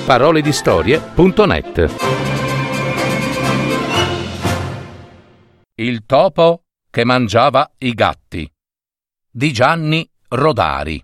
www.paroledistorie.net. Il topo che mangiava i gatti di Gianni Rodari.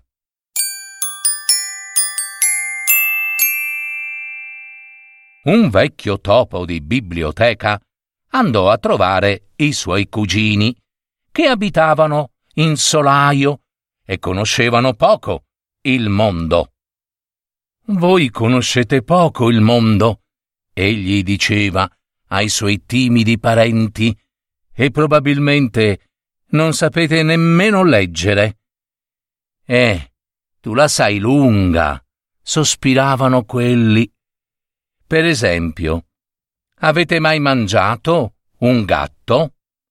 Un vecchio topo di biblioteca andò a trovare i suoi cugini, che abitavano in solaio e conoscevano poco il mondo. «Voi conoscete poco il mondo», egli diceva ai suoi timidi parenti, «e probabilmente non sapete nemmeno leggere». Tu la sai lunga», sospiravano quelli. «Per esempio, avete mai mangiato un gatto?»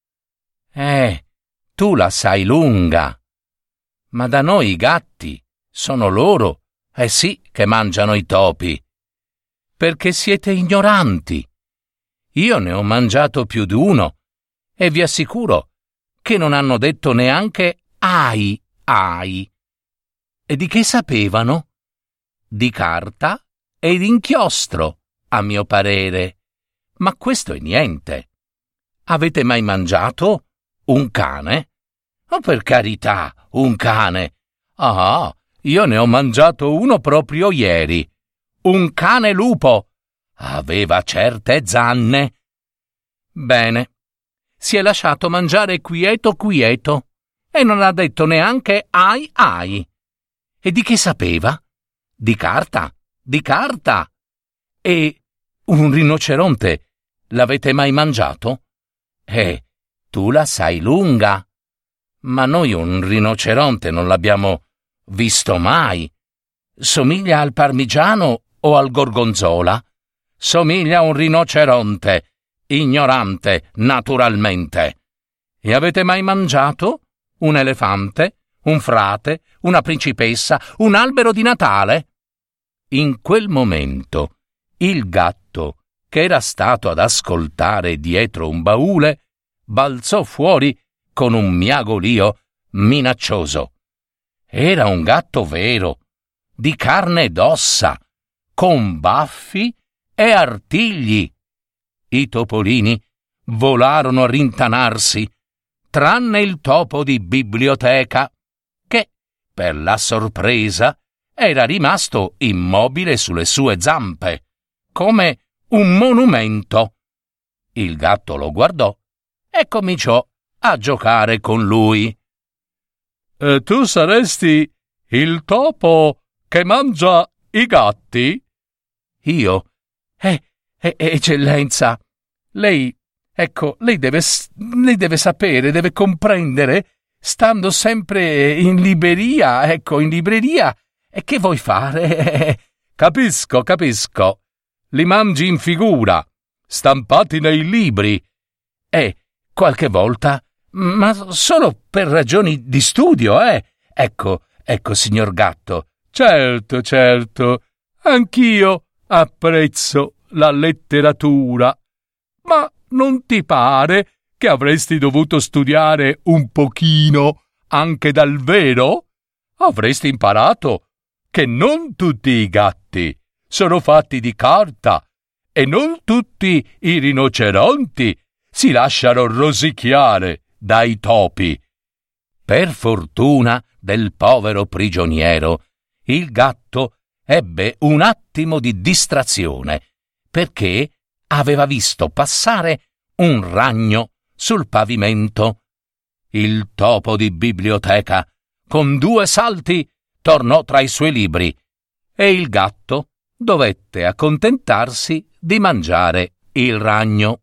Tu la sai lunga. Ma da noi i gatti sono loro, sì, che mangiano i topi. Perché siete ignoranti. Io ne ho mangiato più di uno e vi assicuro che non hanno detto neanche ai, ai. E di che sapevano? Di carta e di inchiostro, a mio parere. Ma questo è niente. Avete mai mangiato un cane? Oh, per carità, un cane. Io ne ho mangiato uno proprio ieri. Un cane lupo. Aveva certe zanne. Bene, si è lasciato mangiare quieto quieto e non ha detto neanche ai ai. E di che sapeva? Di carta, di carta. E un rinoceronte l'avete mai mangiato? Tu la sai lunga. Ma noi un rinoceronte non l'abbiamo visto mai. Somiglia al parmigiano o al gorgonzola? Somiglia a un rinoceronte, ignorante naturalmente. E avete mai mangiato un elefante, un frate, una principessa, un albero di Natale? In quel momento il gatto, che era stato ad ascoltare dietro un baule, balzò fuori con un miagolio minaccioso. Era un gatto vero, di carne ed ossa, con baffi e artigli. I topolini volarono a rintanarsi, tranne il topo di biblioteca, che, per la sorpresa, era rimasto immobile sulle sue zampe, come un monumento. Il gatto lo guardò e cominciò a giocare con lui. Tu saresti il topo che mangia i gatti? Io? Eccellenza, lei deve sapere, deve comprendere, stando sempre in libreria, e che vuoi fare? Capisco. Li mangi in figura, stampati nei libri, qualche volta, ma solo per ragioni di studio, Ecco, signor gatto. Certo, anch'io apprezzo la letteratura. Ma non ti pare che avresti dovuto studiare un pochino anche dal vero? Avresti imparato che non tutti i gatti sono fatti di carta e non tutti i rinoceronti si lasciano rosicchiare dai topi. Per fortuna del povero prigioniero, il gatto ebbe un attimo di distrazione, perché aveva visto passare un ragno sul pavimento. Il topo di biblioteca, con 2 salti, tornò tra i suoi libri e il gatto dovette accontentarsi di mangiare il ragno.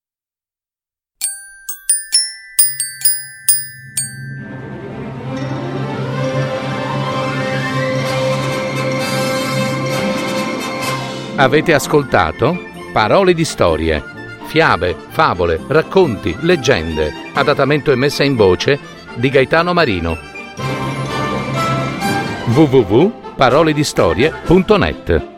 Avete ascoltato Parole di Storie, fiabe, favole, racconti, leggende, adattamento e messa in voce di Gaetano Marino. www.paroledistorie.net